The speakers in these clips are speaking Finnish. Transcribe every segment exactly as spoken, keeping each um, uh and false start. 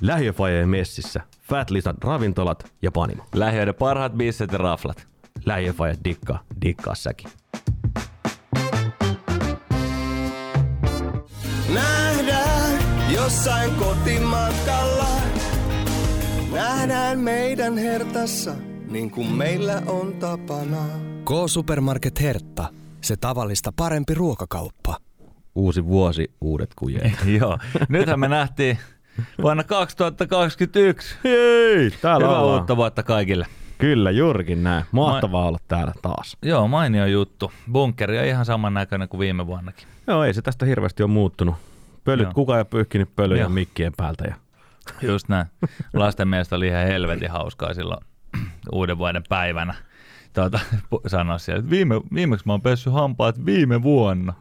Lähiöfajeen messissä, Fat Lisan ravintolat ja panimo. Lähiöiden parhaat bisset ja raflat. Lähiöfaje dikkaa, dikkaa säkin. Nähdään jossain kotimatkalla. Nähdään meidän Hertassa, niin kuin meillä on tapana. K-Supermarket Hertta. Se tavallista parempi ruokakauppa. Uusi vuosi, uudet kujeet. Joo, nythän me nähtiin vuonna kaksituhattakaksikymmentäyksi. Hei, täällä Hyvää ollaan. uutta vuotta kaikille. Kyllä, juurikin näin. Mahtavaa Ma- olla täällä taas. Joo, mainio juttu. Bunkkeri on ihan samannäköinen kuin viime vuonnakin. Joo, ei se tästä hirveästi ole muuttunut. Pölyt, Joo. kukaan ei ole pyyhkinyt pölyjä Joo. mikkien päältä. Ja... Just näin. Lasten mielestä oli ihan helvetin hauskaa silloin uuden vuoden päivänä. Tuota, sanoa siellä, että viime, viimeksi mä oon pessyt hampaat viime vuonna.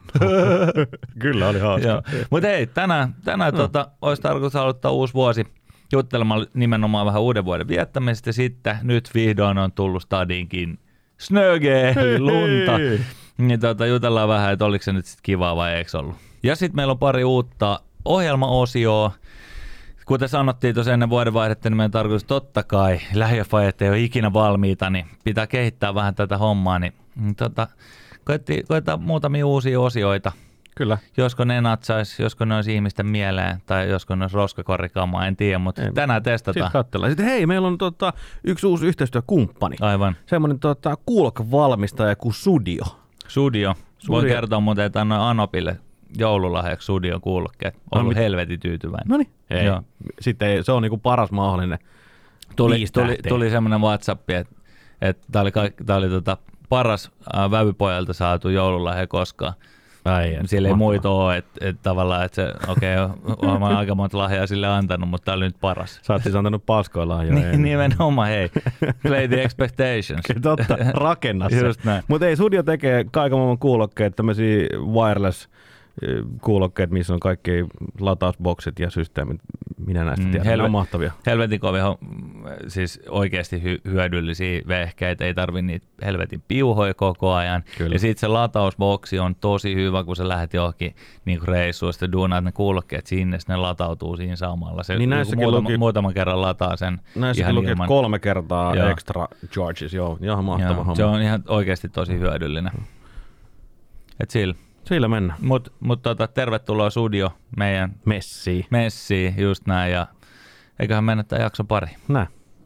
Kyllä oli hauska. Mutta hei, tänään, tänään no. tota, olisi tarkoitus aloittaa uusi vuosi juttelemaan nimenomaan vähän uuden vuoden viettämisestä. Sitten nyt vihdoin on tullut stadiinkin snöge, eli lunta. Niin tota, jutellaan vähän, että oliko se nyt sit kivaa vai eikö ollut. Ja sitten meillä on pari uutta ohjelmaosioa. Kuten sanottiin tuossa ennen vuodenvaihdetta, niin meidän tarkoitus totta kai, lähiöfajet ei ole ikinä valmiita, niin pitää kehittää vähän tätä hommaa. Niin, tota, koetaan muutamia uusia osioita. Kyllä. Josko ne natsaisi, josko ne olisi ihmisten mieleen, tai josko ne olisi roskakorikamaa, en tiedä, mutta ei, tänään testataan. Sitten katsellaan. Sitten hei, meillä on tota, yksi uusi yhteistyökumppani. Aivan. Semmoinen tota, kuulokkevalmistaja kuin Sudio. Sudio. Sudio. Voin kertoa muuten, että annoin Anopille joululahjaksi Sudion kuulokkeet. On ollut helvetin tyytyväinen. No niin. Joo. Sitten ei, se on niinku paras mahdollinen. Tuli, tuli, tuli semmoinen WhatsApp, että, että tämä oli, tämä oli tota paras äh, vävypojalta saatu joululahja koskaan. Ai, siellä ei muita ole, että, että tavallaan, että se, okei, okay, olen aika monta lahjaa sille antanut, mutta tämä oli nyt paras. Sä oot siis antanut paskoja lahjoja. Niin, nimenomaan, hei. Play the expectations. Totta, rakenna se. Just näin. Mutta ei, Sudio tekee kaiken maailman kuulokkeet, tämmöisiä wireless kuulokkeet, missä on kaikki latausboksit ja systeemit. Minä näistä mm, tiedän, helvet, ne on mahtavia. Helvetin kovin, siis oikeasti hy- hyödyllisiä vehkeitä, ei tarvitse niitä helvetin piuhoja koko ajan. Kyllä. Ja sitten se latausboksi on tosi hyvä, kun sä lähdet johonkin niin reissuun, sitten duunaat ne kuulokkeet sinne, ne latautuu siinä samalla. Se niin muutama, luki, muutaman kerran lataa sen. Näissäkin luki kolme kertaa joo. extra charges, joo, ihan mahtava joo, homma. Se on ihan oikeasti tosi hyödyllinen. Et sillä. Sillä mennään. Mutta mut tota, tervetuloa Sudio meidän messiin. Messiin, just näin. Ja eiköhän mennä tämän jakson pari. Näin.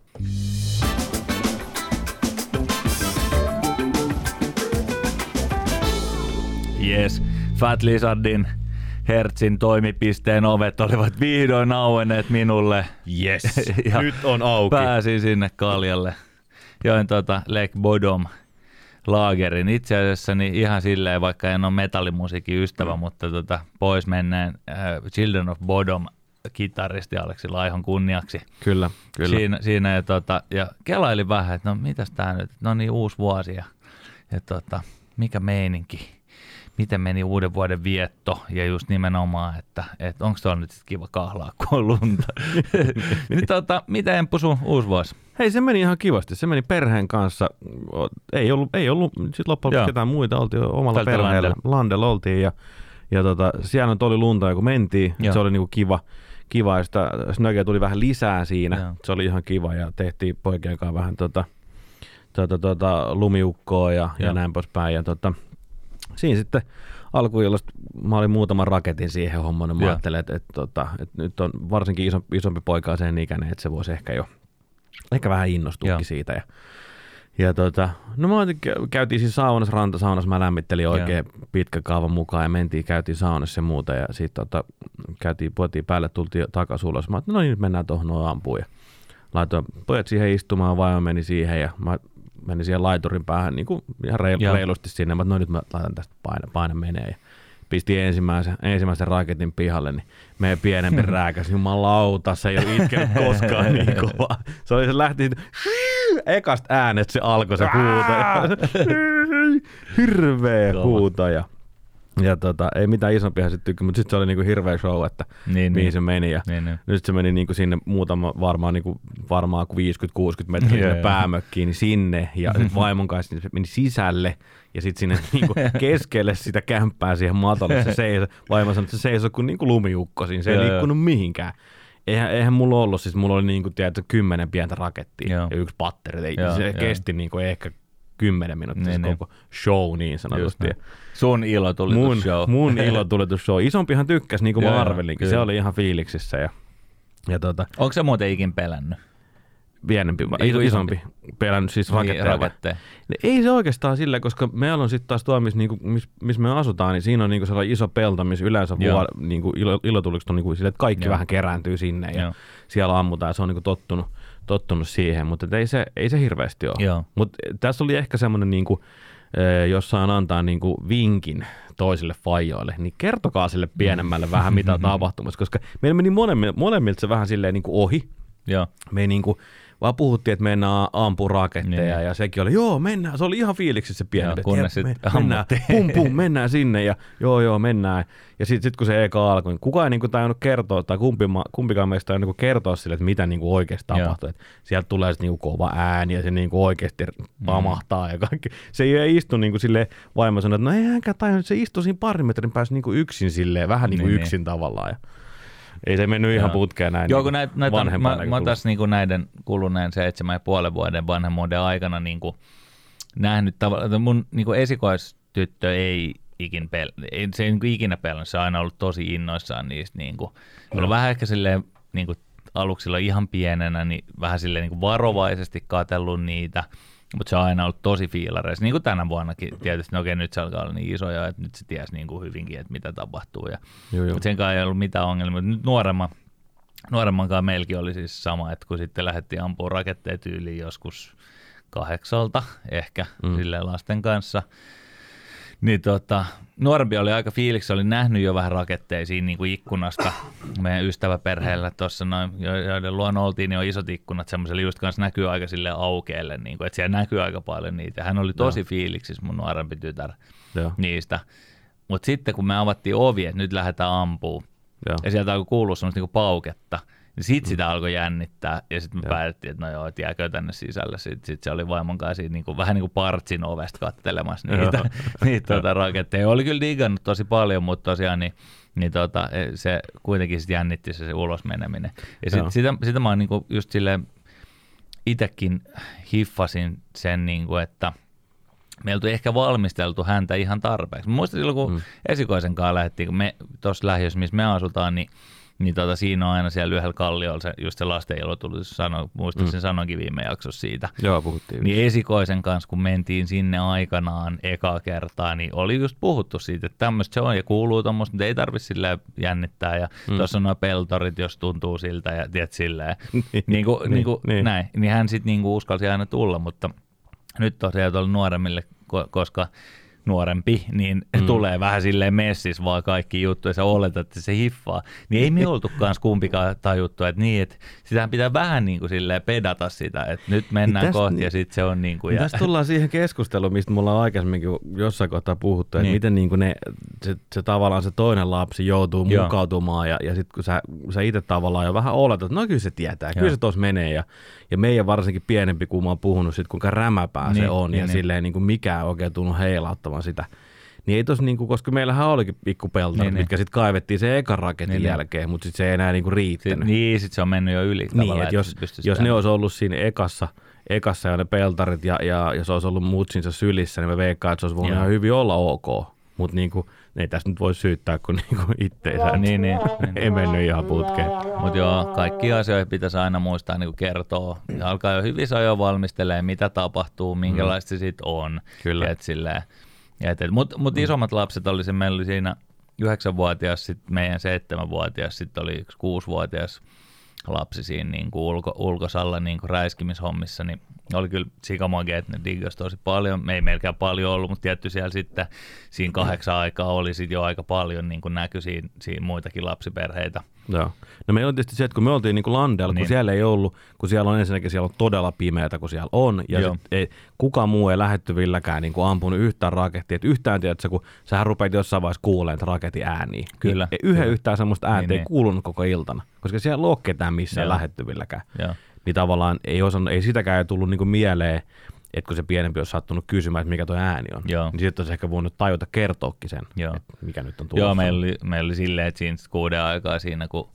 Yes. Fat Lizardin Hertzin toimipisteen ovet olivat vihdoin auenneet minulle. Yes. Nyt on auki. Pääsin sinne kaljalle. Join tota Lake Bodom laagerin. Itse asiassa niin ihan silleen, vaikka en ole metallimusiikin ystävä, mm. mutta tota, pois menneen äh, Children of Bodom kitaristi Aleksi Laihon kunniaksi. Kyllä, kyllä. Siinä, siinä ja, tota, ja kelailin vähän, että no mitäs tää nyt, no niin uusi vuosi ja, ja tota, mikä meininki, miten meni uuden vuoden vietto ja just nimenomaan, että, että onko tuolla nyt sit kiva kahlaa, kun on lunta. Niin, tota, miten Emppu sun uusi vuosi? Hei, se meni ihan kivasti. Se meni perheen kanssa. Ei ollut, ei ollut sitten loppujen lopuksi ketään muita. Oltiin omalla Tältä perheellä. Landella. Landella oltiin ja, ja tota, siellä nyt oli lunta, ja kun mentiin, se oli niinku kiva. Kiva, ja sitä snögeä tuli vähän lisää siinä. Joo. Se oli ihan kiva ja tehtiin poikien kanssa vähän tota, tota, tota, lumiukkoa ja, ja näin poispäin. Ja tota, siinä sitten alkuillasta mä olin muutaman raketin siihen hommaan, ja mä ajattelin, että, että, että, että nyt on varsinkin iso, isompi poika sen ikäinen, että se voisi ehkä jo ehkä vähän innostuukin siitä. Ja, ja tota, no mä käytiin siis saunassa, rantasaunassa, mä lämmittelin oikein Joo. pitkä kaavan mukaan ja mentiin, käytiin saunassa ja muuta ja sitten tota, käytiin, puotiin päälle, tultiin takaisin ulos. Mä ajattelin, no niin, nyt mennään tuohon noin ampuun ja laitoin pojat siihen istumaan, vaimo meni siihen ja mä menin siihen laiturin päähän niin kuin ihan reilu, reilusti sinne. Mä ajattelin, no nyt mä laitan tästä paine, paine menee ja pistin ensimmäisen, ensimmäisen raketin pihalle, niin meidän pienempi rääkäs, jumalauta, se ei ole itkenyt koskaan niin kovaa. Se oli, se lähti, ekasta äänet se alkoi se huuta. Hirveä huuta ja, ja tota, ei mitään isompihan sitten tykkää, mutta sitten se oli niinku hirveä show, että niin, mihin niin. se meni. Ja niin, niin. Nyt se meni niinku sinne muutama, varmaan, niinku, varmaan viisikymmentä kuusikymmentä metriä sinne päämökkiin, niin sinne ja sitten vaimon kanssa se meni sisälle. Ja sitten sinne niinku keskelle sitä kämppää siihen matolle se seisoi. Vaimo sanoi, että se seisoi kuin niinku lumiukko siinä. Se ei liikkunut mihinkään. eihän, eihän mulla ollut, siis mulla oli niinku, tiedätkö, kymmenen pientä rakettia Joo. ja yksi patteri. Ei, Joo, se jo. kesti niinku ehkä kymmenen minuuttia niin, niin. koko show niin sanotusti. Sun ilotulitus-show. Mun, mun ilotulitus-show. Isompihan tykkäs, niin kuin mä arvelinkin. Se oli ihan fiiliksissä. Ja, ja tota, onko se muuten ikin pelännyt? Pienempi, iso, isompi. Pelännyt siis raketteja. Niin, raketteja. Ei se oikeastaan sillä, koska meillä on sitten taas tuo, missä niinku, miss, miss me asutaan, niin siinä on niinku sellainen iso pelto, missä yleensä vuod, niinku, ilo, ilotulikset on niinku sille, että kaikki Joo. vähän kerääntyy sinne ja Joo. siellä ammutaan ja se on niinku tottunut, tottunut siihen, mutta ei se, ei se hirveästi ole. Mutta tässä oli ehkä semmoinen, niinku, jos saan antaa niinku vinkin toisille fajoille, niin kertokaa sille pienemmälle vähän mitä on tapahtumassa, koska meillä meni molemmilta, molemmilta se vähän silleen niinku ohi. Joo. Me ei niinku vaan puhuttiin, että mennään ampua raketteja niin. ja sekin oli, joo mennään, se oli ihan fiiliksissä se pieni, että me, mennään, pum pum, mennään sinne ja joo joo mennään. Ja sitten sit kun se eka alkoi, niin kukaan ei niinku tajunnut kertoa, tai kumpi, kumpikaan meistä ei niinku kertoa sille, että mitä niinku oikeasti tapahtuu. Että sieltä tulee sitten niinku kova ääni ja se niinku oikeasti pamahtaa mm. ja kaikki. Se ei istu niinku silleen, vaimo sanoi, että no ei hänkään tajunnut, se istui siinä parin metrin päässä niinku yksin silleen, vähän niinku niin, yksin niin. tavallaan. Ja ei se mennyt ihan putkeen näin Joo, kun näitä, näitä, mä, mä tässä niin näiden kuluneen seitsemän ja puolen vuoden vanhemmuuden aikana niin kuin nähnyt tavallaan, että mun niin kuin esikoistyttö ei, ikin pel, ei se ei niin kuin ikinä pelannut, se on aina ollut tosi innoissaan niistä. Niin kuin, no. vähän ehkä silleen niin kuin aluksi ihan pienenä, niin vähän silleen niin kuin varovaisesti katsellut niitä, mutta se on aina ollut tosi fiilareissa, niin kuin tänä vuonnakin tietysti, no okei nyt se alkaa olla niin isoja, että nyt se tiesi niin kuin hyvinkin, että mitä tapahtuu, ja, mutta senkaan ei ollut mitään ongelmia, mutta nyt nuoremman, nuoremmankaan meilläkin oli siis sama, että kun sitten lähdettiin ampumaan raketteja tyyliin joskus kahdeksalta ehkä mm. silleen lasten kanssa, niin tota, nuorempi oli aika fiiliksi, oli nähnyt jo vähän raketteja siinä niin kuin ikkunasta meidän ystäväperheellä tuossa noin, joiden luona oltiin, niin on isot ikkunat semmoiselle just kanssa näkyy aika silleen aukeelle, niin kuin, että siellä näkyy aika paljon niitä. Hän oli tosi Joo. fiiliksissä mun nuorempi tytär Joo. niistä, mutta sitten kun me avattiin ovi, että nyt lähdetään ampumaan, Joo. ja sieltä alkoi kuulua semmoista niin kuin pauketta, niin sitten sitä alkoi jännittää, ja sitten me Joo. päätettiin, että no joo, että jääkö tänne sisälle. Sitten sit se oli vaimon kanssa siitä, niin kuin, vähän niin kuin partsin ovesta kattelemassa niitä, niitä tuota, raketteja. Oli kyllä digannut tosi paljon, mutta tosiaan niin, niin tota, se kuitenkin sit jännitti se, se ulos meneminen. Ja sit, sitä, sitä mä oon niin kuin just silleen itsekin hiffasin sen, niin kuin, että me ei oltu ehkä valmisteltu häntä ihan tarpeeksi. Mä muistan silloin, kun mm. esikoisen kanssa lähdettiin, kun me tuossa lähiössä, missä me asutaan, niin niin tota, siinä on aina siellä yhdellä kalliolla se, just se lasten ilotulitus, sano, muistaakseni mm. sanoinkin viime jaksossa siitä. Joo, puhuttiin. Niin esikoisen kanssa, kun mentiin sinne aikanaan ekaa kertaa, niin oli just puhuttu siitä, että tämmöistä se on ja kuuluu tuommoista, mutta ei tarvitse silleen jännittää. Ja mm. tuossa on nuo peltorit, jos tuntuu siltä ja tiedät silleen. niin, kuin, niin, niin, kuin, niin. Näin. Niin hän sitten niin uskalsi aina tulla, mutta nyt tosiaan tuolla nuoremmille, koska nuorempi, niin mm. tulee vähän silleen messis vaan kaikki juttuja, ja sä oletat, että se hiffaa. Niin ei me oltu kans kumpikaan tajuttu, että niin, että sitähän pitää vähän niin kuin silleen pedata sitä, että nyt mennään niin kohti ja sitten se on niin kuin. Ja tästä tullaan siihen keskusteluun, mistä me ollaan aikaisemminkin jossain kohtaa puhuttu, että niin. miten niin kuin ne, se, se tavallaan se toinen lapsi joutuu Joo. mukautumaan ja, ja sitten kun sä, sä itse tavallaan jo vähän oletat, että no kyllä se tietää, Joo. kyllä se tuossa menee ja, ja meidän varsinkin pienempi, kun mä oon puhunut sit, kuinka rämäpää niin, se on niin, ja niin. silleen niin kuin mikään oikein tullut heilauttamaan sitä. Niin ei tos niinku, koska meillähän olikin pikkupeltarit, niin, mitkä sitten kaivettiin sen ekan raketin niin, jälkeen, mutta sitten se ei enää niinku riittänyt. Sit, niin, sitten se on mennyt jo yli. Niin, että jos, jos ne olisi ollut siinä ekassa, ekassa ja ne peltarit ja, ja jos olisi ollut mutsinsa sylissä, niin me veikkaan, että se olisi voinut ihan hyvin olla ok. Mutta niinku, ei tässä nyt voi syyttää, kun niinku itteensä niin, niin, ei mennyt ihan putkeen. Mutta joo, kaikki asioita pitäisi aina muistaa niinku kertoa. Ja alkaa jo hyvissä ajoin valmistelemaan, mitä tapahtuu, minkälaista mm. se sitten on. Kyllä. Mutta mut isommat lapset oli se, meillä oli siinä yhdeksänvuotias, sitten meidän seitsemänvuotias, sitten oli yksi kuusivuotias lapsi siinä niin kuin ulko, ulkosalla niin kuin räiskimishommissa, niin oli kyllä sikamogia, että ne diggasi tosi paljon. Me ei melkein paljon ollut, mutta tietty siellä sitten siinä kahdeksan aikaa oli sitten jo aika paljon, niin kuin näkyi siinä, siinä muitakin lapsiperheitä. Joo. No meillä on tietysti se, että kun me oltiin niin kuin Landella, niin. kun siellä ei ollut, kun siellä on ensinnäkin siellä on todella pimeätä, kun siellä on, ja sit ei, kukaan muu ei lähettyvilläkään niin kuin ampunut yhtään rakettia. Et yhtään tiedätkö, kun sähän rupeat jossain vaiheessa kuulemaan raketin ääniä. Kyllä. Niin, yhden kyllä. yhtään semmoista ääntä niin, ei niin. kuulunut koko iltana, koska siellä ei ole ketään missään lähettyvilläkään. Joo. Niin tavallaan ei, osannut, ei sitäkään ei tullut niin kuin mieleen, että kun se pienempi olisi sattunut kysymään, että mikä tuo ääni on, Joo. niin sitten olisi ehkä voinut tajuta kertoakin sen, että mikä nyt on tulossa. Joo, meillä oli, meillä oli silleen, että siinä kuuden aikaa siinä, kun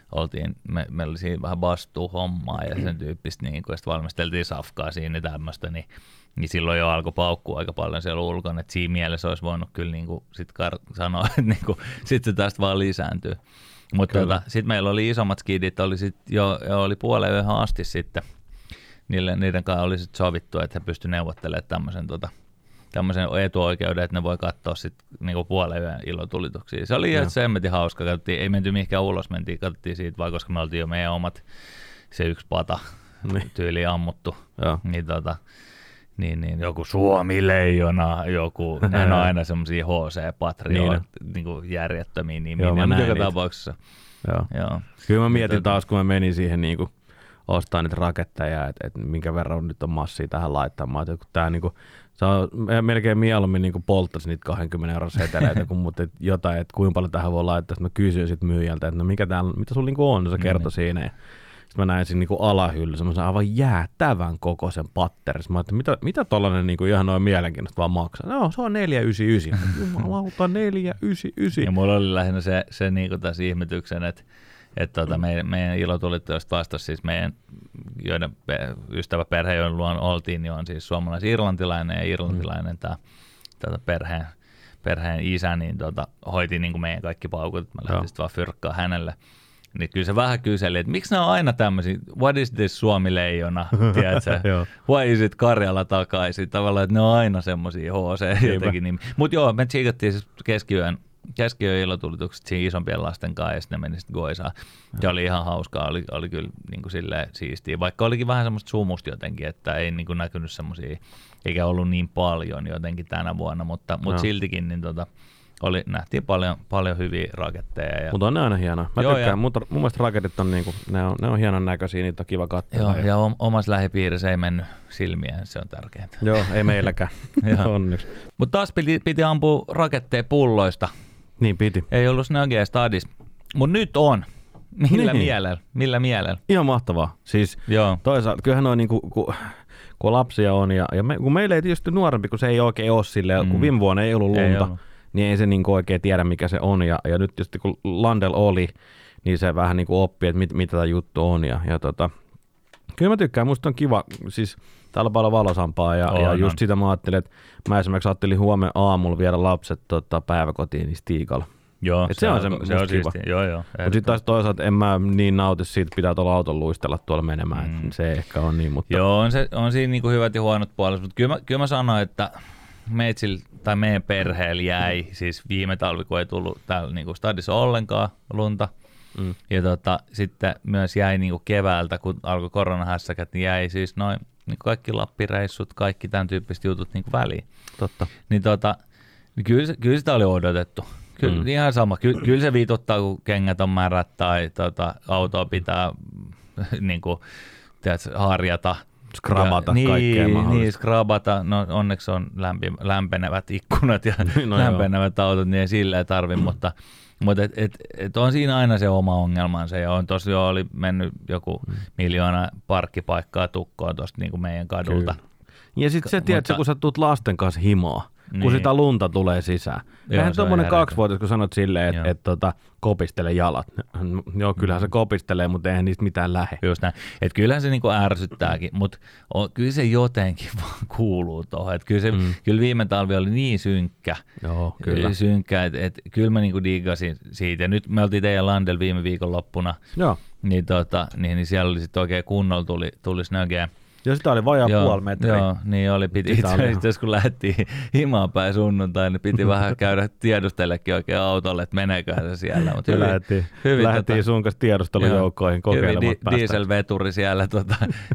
oltiin, me, meillä oli siinä vähän vastuuhommaa ja sen tyyppistä, niin kun valmisteltiin safkaa siinä ja tämmöistä, niin, niin silloin jo alkoi paukkua aika paljon siellä ulkona, että siinä mielessä olisi voinut kyllä niin kuin sit kar- sanoa, että niin kuin, sit se tästä vaan lisääntyy. Mutta tota, sitten meillä oli isommat skidit, oli sit jo, jo oli puoleen yhden asti sitten, Niille, niiden kanssa oli sit sovittu, että he pystyivät neuvottelemaan tämmöisen tota, tämmöisen etuoikeuden, että ne voi katsoa sitten niinku puolen yön ilotulituksia. Se oli ihan semmetin hauska. Katsottiin, ei menty mihinkään ulos, mentiin, katsottiin siitä vaan, koska me oltiin jo meidän omat, se yksi pata niin. tyyli ammuttu. Niin, tota, niin, niin, joku Suomi-leijona, joku, ne on aina semmoisia H C-patrioita, niin. niinku järjettömiä nimiä. Mutta joka tapauksessa. Joo. Joo. Kyllä mä mietin taas, kun mä menin siihen niinku ostaa niitä raketteja, että et minkä verran nyt on massia tähän laittamaan. Että tää niinku, se on melkein mieluummin niinku polttaisi niitä kaksikymmentä euron seteleitä, kun mut et jotain, että kuinka paljon tähän voi laittaa. Sitten mä kysyin sit myyjältä, että no mikä täällä, mitä sulla niinku on, se kertoi mm. siinä. Ja sitten mä näin siinä niinku alahylly, semmoisen aivan jäätävän kokoisen patterin. Mä ajattelin, mitä, mitä tollanen niinku ihan noin mielenkiintoista vaan maksaa? No se on neljä yhdeksänkymmentäyhdeksän. Jumalauta, neljä yhdeksänkymmentäyhdeksän. Ja mulla oli lähinnä se, se niinku tässä ihmetyksen, että Että tuota, meidän, meidän ilotulitteista vastasi siis meidän, joiden ystäväperhe, joiden luon oltiin, niin on siis suomalais-irlantilainen ja irlantilainen mm. tämä tuota, perheen, perheen isä, niin tuota, hoiti niin kuin meidän kaikki paukut, että mä lähtin sitten vaan fyrkkaa hänelle. Niin kyllä se vähän kyseli, että miksi nämä on aina tämmöisiä, what is this Suomi-leijona, tiedätkö, why is it Karjala takaisin, tavallaan, että ne on aina semmoisia H C jotenkin nimi. Mutta joo, me tsiikattiin siis keskiyön, keskiyön ilotulitukset siinä isompien lasten kanssa ja sitten ne meni sitten goisaan. Se oli ihan hauskaa, oli, oli kyllä niin kuin silleen siistiä, vaikka olikin vähän semmoista sumusta jotenkin, että ei niin kuin näkynyt semmoisia, eikä ollut niin paljon jotenkin tänä vuonna, mutta, mutta siltikin niin tota, oli, nähtiin paljon, paljon hyviä raketteja. Ja... Mutta on ne aina hienoa. Mä Joo, tykkään, ja... mutta mun mielestä raketit on, niinku, ne on, ne on hienon näköisiä, niitä on kiva katsoa. Joo, ja, ja omassa lähipiirissä ei mennyt silmiä, se on tärkeintä. Joo, ei meilläkään, onneksi. Mutta taas piti, piti ampua raketteja pulloista. Niin piti. Ei ollut Snögeä stadis, mutta nyt on. Millä niin. mielellä? Millä mielellä? Ihan mahtavaa. Siis Joo. toisaalta, kyllähän noin niinku, kun, kun lapsia on, ja, ja me, kun meillä ei tietysti nuorempi, kun se ei oikein ole silleen, mm. kun viime vuonna ei ollut lunta, ei ollut. Niin ei se niinku oikein tiedä, mikä se on. Ja, ja nyt tietysti kun Landel oli, niin se vähän niinku oppi, että mit, mitä tämä juttu on. Ja, ja tota, kyllä mä tykkään, musta on kiva, siis täällä on paljon valosampaa, ja, ja just on. Sitä mä ajattelin, että mä esimerkiksi ajattelin huomenna aamulla viedä lapset tota, päiväkotiin niin Stiikalla. Joo, se, se on se, se on kiva. Joo, joo. Mutta sitten taas toisaalta en mä niin nauti siitä, pitää tuolla auton luistella tuolla menemään, mm. se ehkä on niin. Mutta... Joo, on, se, on siinä niinku hyvät ja huonot puolet, mutta kyllä mä, kyllä mä sanoin, että meitsil, tai meidän perheellä jäi, siis viime talvi, kun ei tullut täällä niinku stadissa ollenkaan lunta, mm. ja tota, sitten myös jäi niinku keväältä, kun alkoi koronahässäkät, niin jäi siis noin niin kaikki Lappireissut, kaikki tämän tyyppiset jutut niin väliin. Totta. Niin tota, niin kyllä, kyllä sitä oli odotettu. Kyllä mm. ihan sama. Ky, kyllä se viitottaa, kun kengät on märät tai tota, autoa pitää niin kuin, tiedätkö, harjata. Skrabata ja, kaikkea niin, mahdollista. Niin, skrabata. No onneksi on lämpi, lämpenevät ikkunat ja no lämpenevät joo. autot, niin ei silleen tarvi, mutta Mutta et, et, et on siinä aina se oma ongelmansa, ja on tosiaan oli mennyt joku mm. miljoona parkkipaikkaa tukkoon tuosta niin kuin meidän kadulta. Kyllä. Ja sitten se, tiedätkö, kun sä tulet lasten kanssa himaa, niin. kun sitä lunta tulee sisään. Eihän tuommoinen kaksivuotias, kun sanot silleen, että et, tota, kopistele jalat. Joo, kyllähän se kopistelee, mutta eihän niistä mitään lähe. Just näin. Että kyllähän se niinku ärsyttääkin, mutta kyllä se jotenkin vaan kuuluu tuohon. Kyllä, se, mm. kyllä viime talvi oli niin synkkä, Joo, kyllä. synkkä että et, kyllä mä niinku digasin siitä. Ja nyt me oltiin teidän Landel viime viikonloppuna, Joo. Niin, tota, niin, niin siellä oli sitten oikein kunnolla tuli, tuli snögeä. Ja sitä oli vajaa puoli metriä. Joo, niin oli. Piti itse asiassa, kun lähdettiin himaan päin sunnuntai, niin piti vähän käydä tiedustellekin oikein autolle, että meneeköhän se siellä. Mut hyvin, lähdettiin hyvin, lähdettiin tota, sun kanssa tiedustelujoukkoihin kokeilemaan di- päästä. Dieselveturi siellä tota,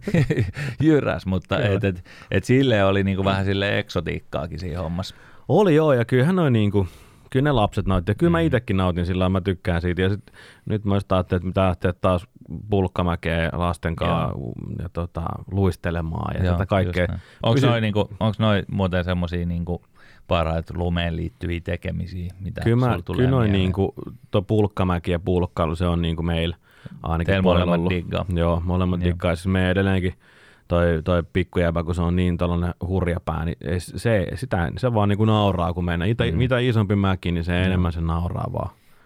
jyräs, mutta et, et, et silleen oli niinku vähän silleen eksotiikkaakin siinä hommassa. Oli joo, ja kyllähän noin niinku... Kyllä ne lapset nautti, ja kyllä mm. mä itsekin nautin sillä mä tykkään siitä. Ja sit, nyt mä ajattelin, että mitä lähteä taas pulkkamäkeä lasten kanssa ja tota, luistelemaan ja Joo, tätä kaikkea. Onko Pysy... noin niinku, noi muuten semmosia niinku parhaita lumeen liittyviä tekemisiä, mitä kyllä sulla tulee Kyllä noin niinku, tuo pulkkamäki ja pulkkailu, se on niinku meillä ainakin Teillä molemmat ollut. diggaa. Joo, molemmat diggaa. Siis me edelleenkin toi, toi pikkujäbä, kun se on niin tällainen hurja pää, niin se, sitä, se vaan niinku nauraa, kun mennään. Itä, mm. Mitä isompi mäki, niin se mm. enemmän se nauraa vaan.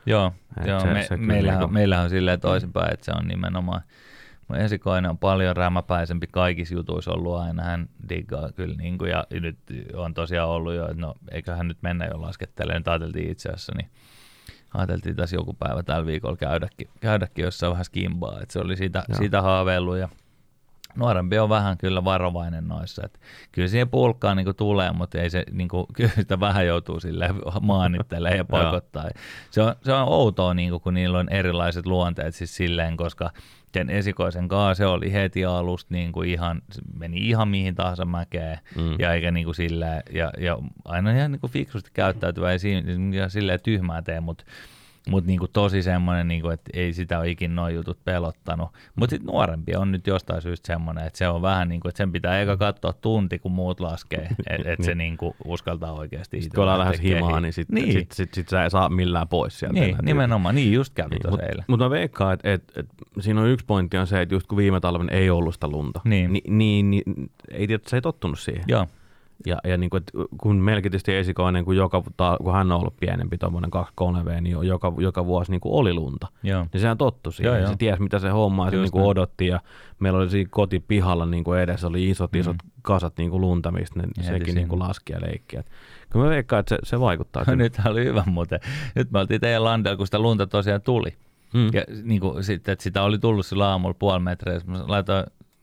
Joo, joo se, me, se meillähän, niinku... meillähän on silleen toisinpäin, että se on nimenomaan, mun esikoinen on paljon rämäpäisempi kaikissa jutuissa ollut aina, hän diggaa kyllä, niin kuin, ja nyt on tosiaan ollut jo, että no eiköhän nyt mennä jo laskettelemaan, nyt ajateltiin itse asiassa, niin ajateltiin tässä joku päivä tällä viikolla käydäkin, käydäkin jossain vähän skimbaa, että se oli siitä, siitä haaveillut, ja nuorempi on vähän kyllä varovainen noissa, että kyllä siihen pulkkaan niin tulee, mutta ei se, niin kuin, kyllä sitä vähän joutuu silleen maanittelemaan ja pakottaa. se, on, se on outoa, niin kuin, kun niillä on erilaiset luonteet siis silleen, koska sen esikoisen kanssa se oli heti alusta niin kuin ihan, meni ihan mihin tahansa mäkeen, mm. ja eikä niin kuin silleen, ja, ja aina ihan niin kuin fiksusti käyttäytyvä, ei siinä silleen tyhmää tee, mutta Mutta niinku tosi semmoinen, niinku, että ei sitä ole ikinä noin jutut pelottanut. Mutta sitten nuorempi on nyt jostain syystä semmoinen, että se on vähän niin kuin, että sen pitää eikä katsoa tunti, kun muut laskee, että et se niinku uskaltaa oikeasti. Sitten kun ollaan lähes himaa, niin sitten niin. sit, sit, sit sä ei saa millään pois sieltä. Niin, nimenomaan. Niin just kävi niin, tuossa eilen. Mutta mä veikkaan, että et, et, siinä on yksi pointti on se, että just kun viime talven ei ollut sitä lunta, niin, ni, niin, niin ei tiedä, että sä ei tottunut siihen. Joo. Ja, ja niin kuin, kun meilläkin tietysti esikoinen, kun, joka, kun hän on ollut pienempi, tuommoinen kaksi kolme vuotta, niin joka, joka vuosi niin kuin oli lunta. Joo. Niin sehän tottui siihen. Joo, joo. Se tiesi, mitä se homma se niin kuin odotti. Ja meillä oli siinä kotipihalla niin kuin edessä oli isot, mm. isot kasat niin kuin lunta, mistä ne, sekin niin kuin laski ja leikki. Kun mä veikkaan, että se, se vaikuttaa. Nyt oli hyvä muuten. Nyt me oltiin teidän landella, kun sitä lunta tosiaan tuli. Mm. Ja niin kuin, sit, että sitä oli tullut sillä aamulla puoli metriä. Mä laitoin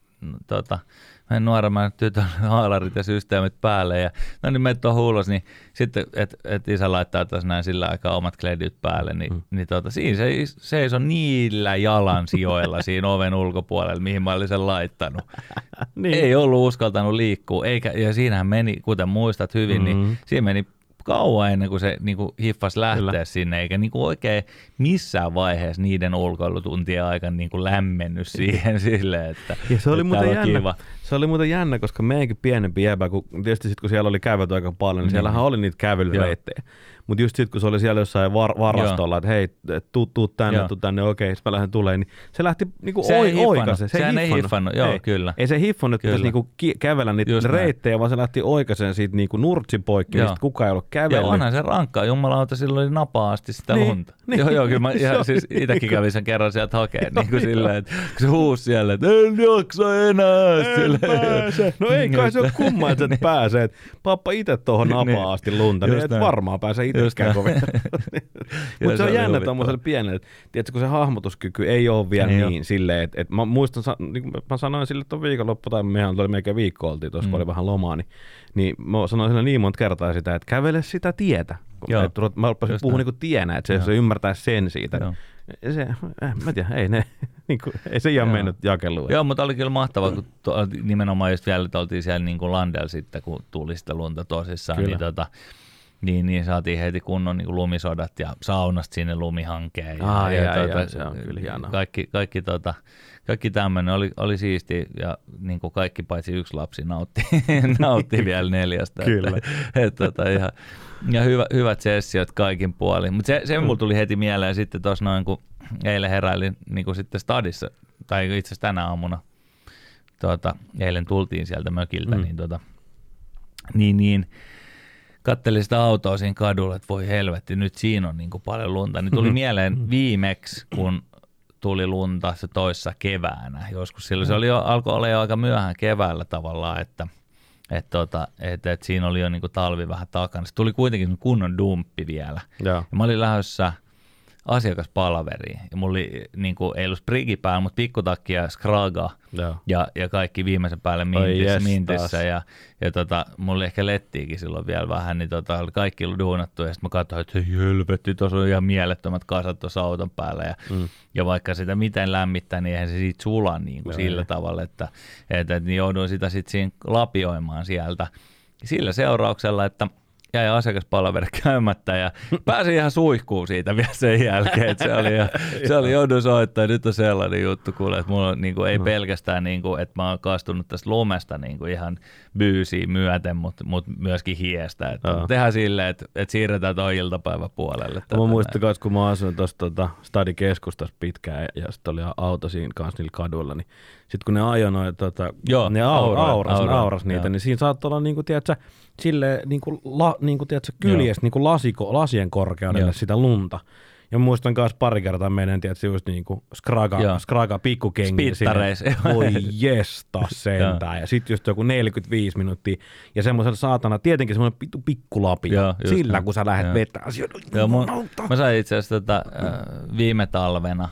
tota, meidän nuoremman tytön haalarit ja systeemit päälle ja no niin meitä on huulos, niin sitten, että et isä laittaa taas näin sillä aikaa omat kledyt päälle, niin, mm. niin tota, siinä se seisoi niillä jalansijoilla siinä oven ulkopuolella, mihin mä olin sen laittanut. niin. Ei ollut uskaltanut liikkua, eikä, ja siinähän meni, kuten muistat hyvin, mm-hmm. niin siinä meni kauan ennen kuin se niin kuin hiffasi lähteä Kyllä. sinne, eikä niin kuin oikein missään vaiheessa niiden ulkoilutuntien aikana niin kuin lämmennyt siihen silleen, että, ja se oli että muuten jännä. Kiva. Se oli muuten jännä, koska meidänkin pienempi jäbä, kun tietysti sitten kun siellä oli kävelty aika paljon, niin mm. siellähän oli niitä kävelyreittejä. Mutta just sitten kun se oli siellä jossain var- varastolla, että hei, tuu, tuu tänne, joo. tuu tänne, okei, sitten mä lähden tulemaan, niin se lähti niinku se oi, oikaisen. Se Sehän ei hiffannut, joo, ei, kyllä. Ei se hiffannut, että pitäisi niinku ki- kävellä niitä just reittejä, näin. Vaan se lähti oikaisen siitä niinku nurtsin poikki, mistä kukaan ei ollut kävellyt. Ja onhan se rankkaa, jumalauta, silloin oli napaa asti sitä niin, lunta. Niin, joo, joo, kyllä mä ihan, siis itsekin kävin sen kerran sieltä hakemaan, niin kuin silleen, että se huusi siellä, että en jaksa enää. En pääse. No ei kai se ole kumma, että et pääsee. Pappa itse tuohon napaa asti lunta, niin et varmaan pääse itsekään kovin. Mutta se on jännä tuommoiselle pienelle, että tiedätkö, kun se hahmotuskyky ei ole vielä niin, niin silleen, että et mä muistan, niin kuin mä sanoin sille, että on viikonloppu, tai mehän oli melkein viikko oltiin tuossa, mm. kun oli vähän lomaa, niin, niin mä sanoin sille niin monta kertaa sitä, että kävele sitä tietä. Et, mä rupesin puhua niin kuin tienä, että se, se ymmärtää sen siitä. Joo. Se, äh, mä tiedän, ei, ne, niin kuin, ei se ihan mennyt jakeluun. Joo, mutta oli kyllä mahtavaa, kun to, nimenomaan just vielä oltiin siellä niin kuin landella sitten, kun tuli sitä lunta tosissaan, niin, tota, niin, niin saatiin heti kunnon niin kuin lumisodat ja saunasta sinne lumihankeen. Ja, ah, ja, ja, tuota, ja, se on kyllä hienoa. Kaikki, kaikki, tota, kaikki tämmöinen oli, oli siisti ja niin kuin kaikki paitsi yksi lapsi nautti, nautti vielä neljästä. Kyllä. Että, et, tota, ihan, ja hyvä, hyvät sessiot kaikin puolin. Mutta se, se mulla tuli heti mieleen sitten tuossa noin, kun eilen heräilin niin kuin sitten stadissa, tai itse asiassa tänä aamuna, tuota, eilen tultiin sieltä mökiltä, mm. niin, tota, niin, niin katselin sitä autoa siinä kadulla, että voi helvetti, nyt siinä on niin kuin paljon lunta. Niin tuli mieleen viimeksi, kun tuli lunta se toissa keväänä. Joskus silloin se oli jo, alkoi olla jo aika myöhään keväällä tavallaan, että Että tota, et, et siinä oli jo niinku talvi vähän takana. Se tuli kuitenkin kunnon dumppi vielä. Ja. Ja mä olin lähdössä asiakaspalveriin. Ja mulla oli, niinku, ei ollut sprigi päällä, mutta pikkutakki ja skraga ja, ja kaikki viimeisen päälle mintissä. Yes, mintissä ja, ja tota, mulla oli ehkä lettiikin silloin vielä vähän, niin tota, oli kaikki ollut duunattu. Ja sitten mä katsoin, että hei helvetti, tuossa on ihan mielettömät kasat tuossa auton päällä. Ja, mm. ja vaikka sitä miten lämmittää, niin eihän se siitä sula niin kuin sillä tavalla, että, että, että jouduin sitä sitten siinä lapioimaan sieltä. Sillä seurauksella, että jäi asiakaspalveri käymättä ja pääsin ihan suihkuun siitä vielä sen jälkeen. Että se oli, se oli joudun soittaa. Nyt on sellainen juttu, kuule, että mulla on, niin kuin, ei pelkästään, niin kuin, että mä oon kastunut tästä lumesta niin kuin ihan byysiin myöten, mutta, mutta myöskin hiestä. Että tehdään silleen, että, että siirretään tuon iltapäivän puolelle. Mä muistan myös, kun mä asuin tuossa tota, stadikeskustassa pitkään ja sitten oli auto siinä kanssa niillä kaduilla, niin sitten kun ne ajoi noin, tota, Joo, ne aura, auras, aura, auras niitä, joo. Niin siinä saattoi olla niin kuin, tiedätkö, silleen niin kuin, la, niin kuin, tiedätkö, kyljestä niin kuin lasiko, lasien korkeudelle Joo. sitä lunta. Ja muistan myös pari kertaa meidän, tietysti just niinku skraga, skraga pikkukengiä. Spittareis. Voi jesta sentään. Ja sitten just joku neljäkymmentäviisi minuuttia. Ja semmoisella saatana, tietenkin semmoinen pikku pikkulapio. Joo, sillä kun sä lähdet vetämään asioita. Joo, mun, mä sain itse asiassa tota, viime talvena,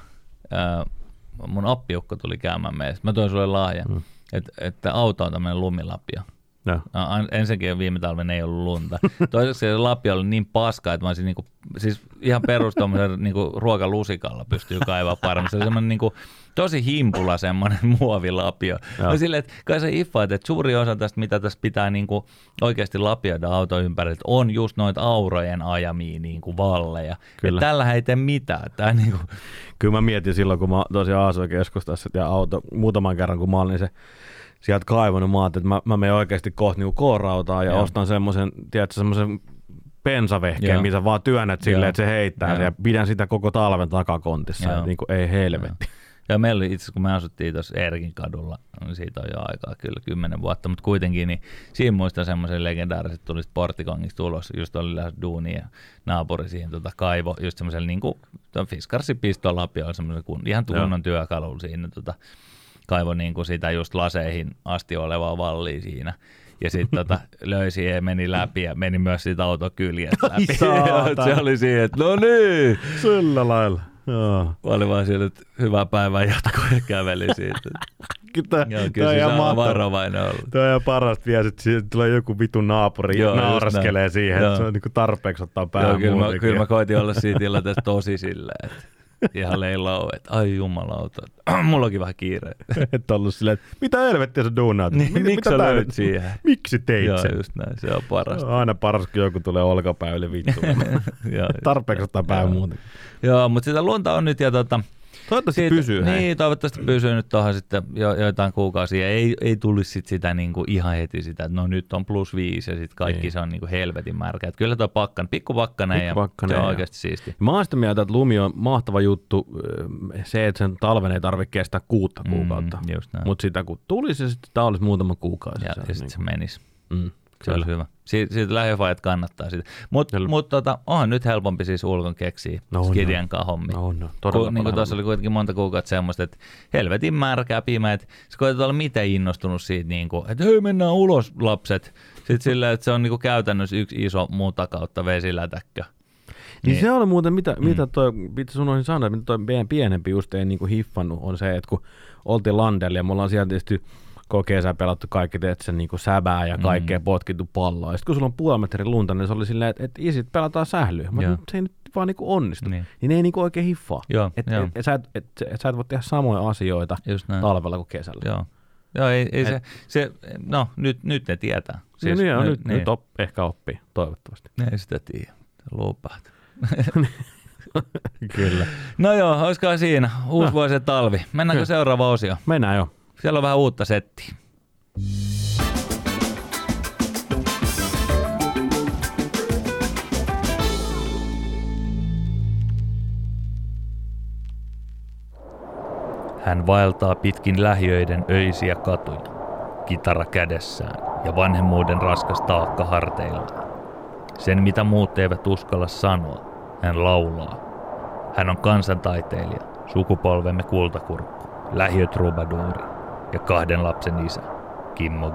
mun appiukko tuli käymään meille. Mä toin sulle laajan, hmm. että et auto on tämmöinen lumilapio. No. Ensinnäkin viime talven ei ollut lunta. Toiseksi se lapio oli niin paska, että mä olisin niinku, siis ihan perus tommosen niinku ruokalusikalla pystyy kaivaa paremmin. Se oli semmoinen niinku, tosi himpula semmoinen muovilapio. No silleen, että kai sä iffaat, että suuri osa tästä, mitä tässä pitää niinku oikeasti lapioida auto ympäriltä, on just noita aurojen ajamia niinku valleja. Että tällähän ei tee mitään. Tää niinku... Kyllä mä mietin silloin, kun mä tosiaan asuin keskustassa ja auto muutaman kerran, kun mä olin se sieltä kaivannut, mä ajattelin, että mä, mä menen oikeasti kohti niinku K-rautaa ja Joo. ostan semmoisen, tiedätkö, semmoisen bensavehkeen, Joo. missä vaan työnnät silleen, että se heittää Joo. ja pidän sitä koko talven takakontissa. Ja niin kuin, ei helvetti. Joo. Ja meillä oli itse asiassa, kun me asuttiin tuossa Erkin kadulla, niin siitä on jo aikaa kyllä kymmenen vuotta, mutta kuitenkin, niin siinä muistan semmoisen legendaarisen, tuli Portikongista ulos, just oli lähes duuni ja naapuri siihen tota, kaivo, just semmoisella niin kuin fiskarssipistolapiolla, semmoisen kun, ihan tunnon työkalulla siinä tota, kaivo niin kuin sitä just laseihin asti olevaa vallia siinä. Ja sitten tota, löi siihen ja meni läpi ja meni myös siitä autokyljestä läpi. Se oli siihen, että no niin. Sillä lailla. Joo. Oli vaan siellä, että hyvää päivää jatkoa ja käveli siitä. Tämä, Joo, kyllä se saa varovainen olla. Tämä on ihan parasta vielä, että siitä tulee joku vitun naapuri ja nauraskelee siihen, että se on niin kuin tarpeeksi ottaa päähän. Joo, kyllä, mä, kyllä mä koitin olla siitä tilanteessa tosi silleen, että ihan leilaa, että ai jumalauta, mulla onkin vähän kiire. Että ollut silleen, että mitä helvettiä sä duunaat? Niin, mitä, miksi sä löydät siihen? Miksi teit Joo, sen? just näin, se on parasta. Aina paras, kun joku tulee olkapää yli vittu. Tarpeeksi ottaa päähän muuten. Joo, mutta sitä lunta on nyt ja tota... Toivottavasti siitä, pysyy. Niin, hei. toivottavasti pysyy nyt tuohon sitten jo, joitain kuukausia. Ei, ei tulisi sit sitä niinku ihan heti sitä, että no nyt on plus viisi ja sitten kaikki ei. Se on niinku helvetin märkä. Et kyllä tuo pakkan, pikku pakkanen ja se on oikeasti siisti. Mä oon sitä mieltä, että lumi on mahtava juttu. Se, että sen talven ei tarvitse kestää kuutta kuukautta. Mm, mutta sitä kun tulisi, sitten tämä olisi muutama kuukausi. Ja, ja sitten niin se menisi. Mm. Se Kyllä. olisi hyvä. Siitä, siitä lähiöfajat kannattaa sitä. Mutta mut, tota, onhan nyt helpompi siis ulkon keksiä no, skidien kanssa hommia. No, no, todella niin kuin tuossa oli kuitenkin monta kuukautta semmoista, että helvetin märkää, pimeät. Sä koetat olla miten innostunut siitä, niin kuin, että hei mennään ulos lapset. Sitten silleen, että se on niin kuin käytännössä yksi iso muuta kautta vesilätäkkö. Niin, niin se on muuten, mitä, mm. mitä toi, mitä sun olisin sanoa, mitä toi meidän pienempi just ei niin kuin hiffannut, on se, että kun oltiin Landella ja me ollaan siellä tietysti koko kesä pelattu kaikki, teet sen niinku säbää ja kaikkea mm. potkittu palloa. Ja sitten kun sulla on puoli metrin lunta, niin se oli silleen, että et isit pelataan sählyä. Mutta se ei nyt vaan niinku onnistu. Niin. niin ne ei niinku oikein hiffaa. Että et, et, sä, et, et, et, sä et voi tehdä samoja asioita talvella kuin kesällä. Joo, Joo ei, ei se, se, no nyt, nyt ne tietää. Siis, niin, nyt, nyt, niin. nyt op, ehkä oppii, toivottavasti. Ne ei sitä tiedä, luupaat. Kyllä. No joo, olisikohan siinä uusi no. vuosi ja talvi. Mennäänkö Kyllä. seuraava osio? Mennään jo. Siellä on vähän uutta settiä. Hän vaeltaa pitkin lähiöiden öisiä katuja, kitara kädessään ja vanhemmuuden raskas taakka harteillaan. Sen mitä muut eivät uskalla sanoa, hän laulaa. Hän on kansantaiteilija, sukupolvemme kultakurkku, lähiötrubaduuri ja kahden lapsen isä, Kimmo G.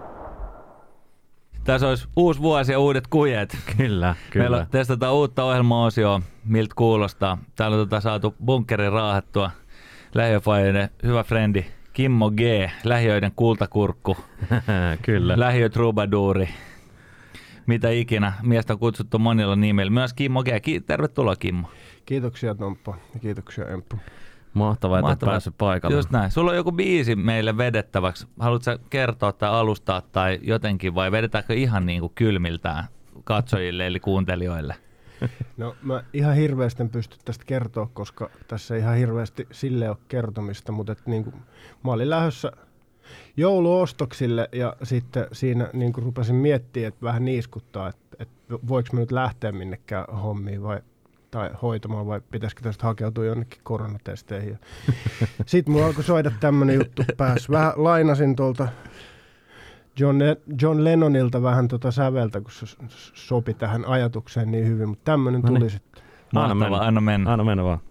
Tässä olisi uusi vuosi ja uudet kujet. Kyllä, kyllä. Meillä testataan uutta ohjelma-osioa, miltä kuulostaa. Täällä on tota saatu bunkkerin raahattua lähiöfajoiden hyvä frendi Kimmo G, lähiöiden kultakurkku, kyllä. lähiötrubaduuri. Mitä ikinä. Miestä on kutsuttu monilla nimillä. Myös Kimmo G. Ki- Tervetuloa, Kimmo. Kiitoksia, Tomppa. Ja kiitoksia, Emppu. Mahtavaa, että olet päässyt paikalle. Just näin. Sulla on joku biisi meille vedettäväksi. Haluatko kertoa tai alustaa tai jotenkin, vai vedetäänkö ihan niin kuin kylmiltään katsojille eli kuuntelijoille? No mä ihan hirveästi en pysty tästä kertoa, koska tässä ei ihan hirveästi sille ole kertomista, mutta et niin kuin, mä olin lähdössä jouluostoksille ja sitten siinä niin kuin rupesin miettimään, että vähän niiskuttaa, että, että voiko mä nyt lähteä minnekään hommiin vai, tai hoitamaan vai pitäisikö tästä hakeutua jonnekin koronatesteihin. Sitten mulla alkoi soida tämmönen juttu päässä. Vähän lainasin tuolta John, John Lennonilta vähän tota säveltä, kun se sopi tähän ajatukseen niin hyvin, mutta tämmöinen tuli sitten. Mahtavaa, anna mennä. Anna mennä vaan.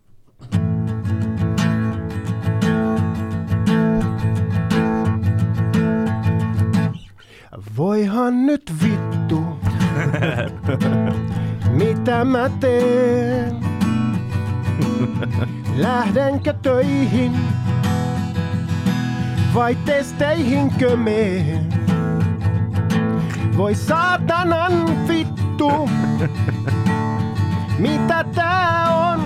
Voihan nyt vittu, mitä mä teen? Lähdenkö töihin vai testeihinkö meen? Voi saatanan vittu, mitä tää on?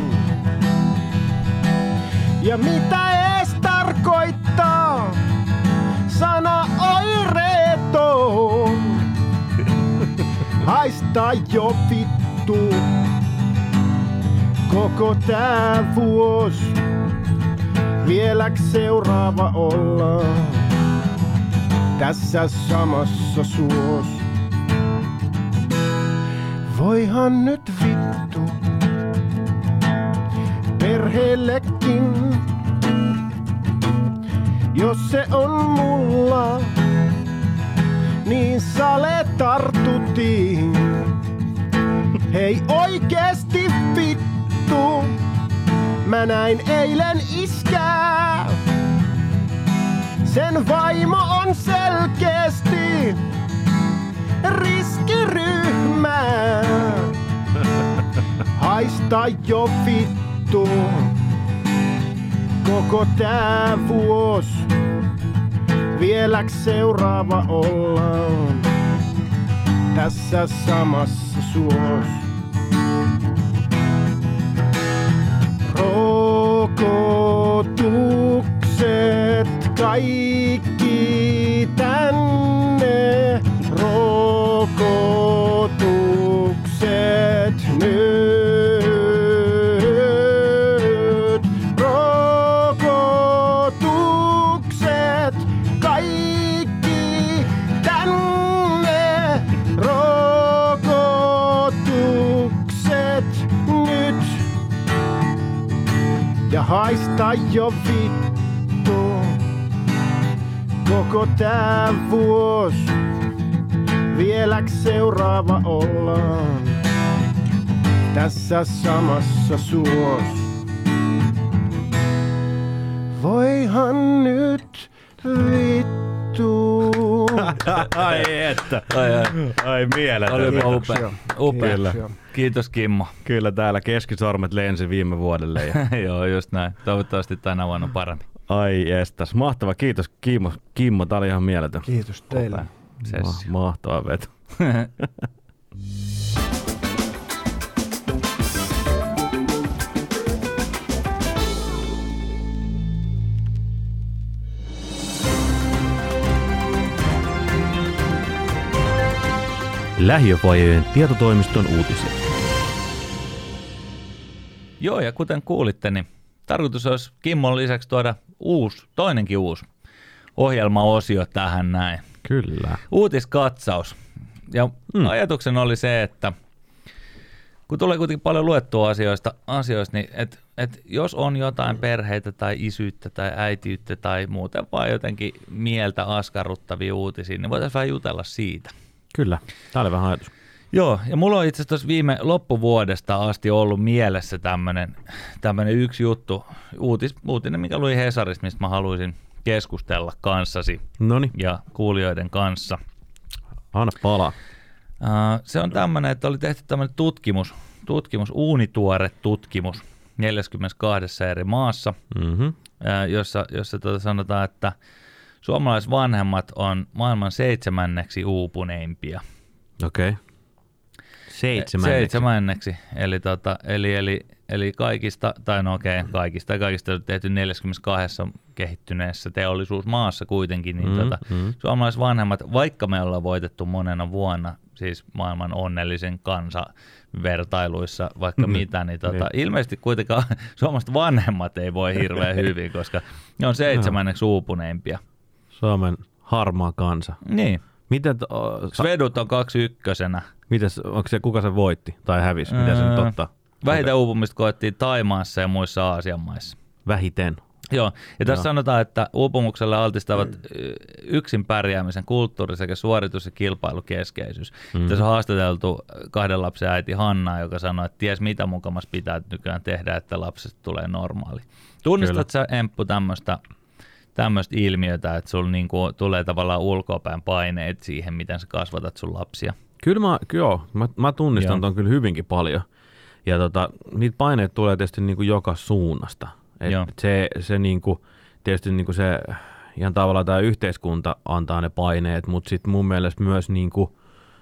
Ja mitä ees tarkoittaa sana oireeton? Haista jo vittu koko tää vuos. Vieläks seuraava ollaan tässä samassa suos? Voihan nyt vittu perheellekin, jos se on mulla, niin sale tartutiin. Hei oikeesti vittu, mä näin eilen iskää. Sen vaimo on selkeesti riskiryhmä. Haista jo vittu koko tää vuos. Vieläks seuraava ollaan tässä samassa suos? Rokotukset kaikki tänne. Rokotukset nyt. Rokotukset kaikki tänne. Rokotukset nyt. Ja haista jo vittu koko tää vuos. Vieläks seuraava ollaan tässä samassa suos? Voihan nyt vittu. Ai että. Ai, ai. Ai mieletön. Olipa upea. Upea. Kiitos Kimmo. Kyllä täällä keskisormet lensi viime vuodelle. Ja... Joo, just näin. Toivottavasti tänä vuonna paremmin. Ai estas. Mahtava. Kiitos Kimmo. Kimmo, tää oli ihan mieletön. Kiitos teille. Ma- mahtava veto. Lähiöfoajien tietotoimiston uutisia. Joo, ja kuten kuulitte, niin tarkoitus olisi Kimmon lisäksi tuoda uusi, toinenkin uusi ohjelmaosio tähän näin. Kyllä. Uutiskatsaus. Ja mm. ajatuksen oli se, että kun tulee kuitenkin paljon luettua asioista, asioista niin et, et jos on jotain perheitä tai isyyttä tai äitiyttä tai muuten vaan jotenkin mieltä askarruttavia uutisia, niin voitaisiin vähän jutella siitä. Kyllä, tämä oli vähän ajatus. Joo, ja mulla on itse asiassa viime loppuvuodesta asti ollut mielessä tämmöinen tämmöinen yksi juttu, uutis, uutinen, mikä luin Hesarista, mistä mä haluaisin keskustella kanssasi Noniin. ja kuulijoiden kanssa. Anna palaa. Uh, se on tämmöinen, että oli tehty tämmöinen tutkimus, tutkimus, uunituore tutkimus neljäkymmentäkaksi eri maassa, mm-hmm. uh, jossa, jossa tuota sanotaan, että suomalaisvanhemmat on maailman seitsemänneksi uupuneimpia. Okei. Okay. Seitsemänneksi. Seitsemänneksi. Eli, tota, eli, eli, eli kaikista, tai no okei, okay, kaikista, kaikista on tehty neljäkymmentäkaksi kehittyneessä teollisuusmaassa kuitenkin, niin mm, tota, mm. suomalaisvanhemmat, vaikka me ollaan voitettu monena vuonna, siis maailman onnellisen kansa vertailuissa, vaikka mm, mitä, niin, tota, niin ilmeisesti kuitenkaan suomalaiset vanhemmat ei voi hirveän hyvin, koska ne on seitsemänneksi uupuneimpia. Suomen harmaa kansa. Niin. Miten to, uh, Svedut on kaksi ykkösenä. Mites, onko se, kuka se voitti tai hävisi? Mitä se nyt ottaa? Vähiten uupumista koettiin Thaimaassa ja muissa Aasian maissa. Vähiten? Joo, ja tässä Joo. sanotaan, että uupumukselle altistavat mm. yksin pärjäämisen kulttuuri sekä suoritus- ja kilpailukeskeisyys. Mm. Tässä on haastateltu kahden lapsen äiti Hannaa, joka sanoi, että ties mitä mukamas pitää nykyään tehdä, että lapsesta tulee normaali. Tunnistat Kyllä. sä, Emppu, tämmöistä tämmöistä ilmiötä, että sulla niinku tulee tavallaan ulkoapäin paineet siihen, miten sä kasvatat sun lapsia? Kyllä mä, joo, mä, mä tunnistan joo. ton kyllä hyvinkin paljon. Ja tota, niitä paineita tulee tietysti niinku joka suunnasta. Et se, se niinku, tietysti niinku se, ihan tavallaan tämä yhteiskunta antaa ne paineet, mutta sitten mun mielestä myös niinku,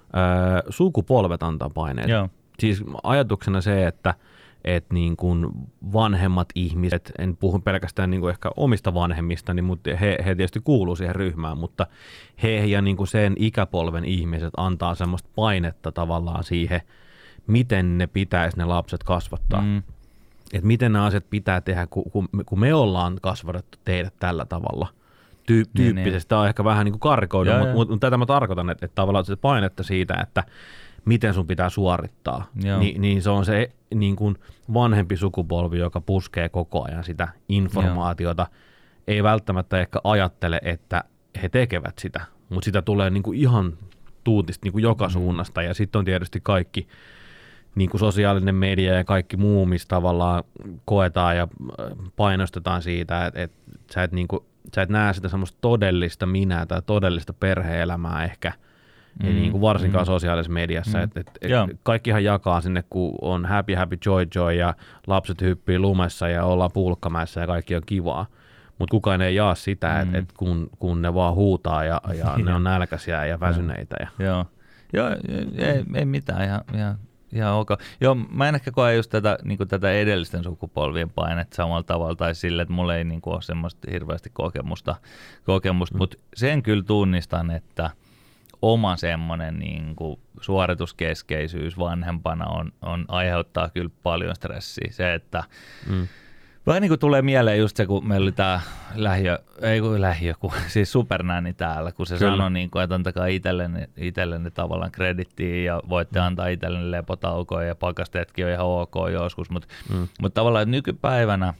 ää, sukupolvet antaa paineet. Joo. Siis ajatuksena se, että et niin kuin vanhemmat ihmiset, en puhu pelkästään niin kuin ehkä omista vanhemmistani, mutta he, he tietysti kuuluu siihen ryhmään, mutta he ja niin kuin sen ikäpolven ihmiset antaa semmoista painetta tavallaan siihen, miten ne pitäisi ne lapset kasvattaa. Mm. Että miten nämä asiat pitää tehdä, kun, kun me ollaan kasvatettu teidät tällä tavalla. Tyy- tyyppisesti niin, tämä on ehkä vähän niin kuin karikoidu, mutta mut, mut tätä mä tarkoitan, että, että tavallaan se painetta siitä, että miten sun pitää suorittaa, Ni, niin se on se niin kuin vanhempi sukupolvi, joka puskee koko ajan sitä informaatiota. Joo. Ei välttämättä ehkä ajattele, että he tekevät sitä, mutta sitä tulee niin kuin ihan tuutista niin kuin joka mm. suunnasta. Ja sitten on tietysti kaikki niin kuin sosiaalinen media ja kaikki muu, missä tavallaan koetaan ja painostetaan siitä, että, että sä, et niin kuin, sä et näe sitä semmoista todellista minää tai todellista perhe-elämää ehkä, Mm, ja niin kuin varsinkaan mm, sosiaalisessa mediassa. Mm, et, et, et kaikkihan jakaa sinne, kun on happy, happy, joy, joy ja lapset hyppii lumessa ja ollaan pulkkamäessä ja kaikki on kivaa. Mutta kukaan ei jaa sitä, mm. että et kun, kun ne vaan huutaa ja, ja ne on nälkäisiä ja väsyneitä. Ja. Joo, Joo ei, ei mitään, ihan, ihan, ihan ok. Joo, mä en ehkä koe just tätä, niin tätä edellisten sukupolvien painetta samalla tavalla tai sille, että mulla ei niin kuin ole semmoista hirveästi kokemusta, kokemusta. Mm. mutta sen kyllä tunnistan, että oma semmoinen niin kuin suorituskeskeisyys vanhempana on, on aiheuttaa kyllä paljon stressiä. Se, että mm. vähän niin kuin tulee mieleen just se, kun meillä oli tämä lähiö, ei kun lähiö, kun, siis supernäni täällä, kun se kyllä. sanoi, niin kuin, että antakaa itsellenne, itsellenne tavallaan kredittiä ja voitte antaa itsellenne lepotaukoja ja pakasteetkin on ihan ok joskus, mutta mm. mut tavallaan että nykypäivänä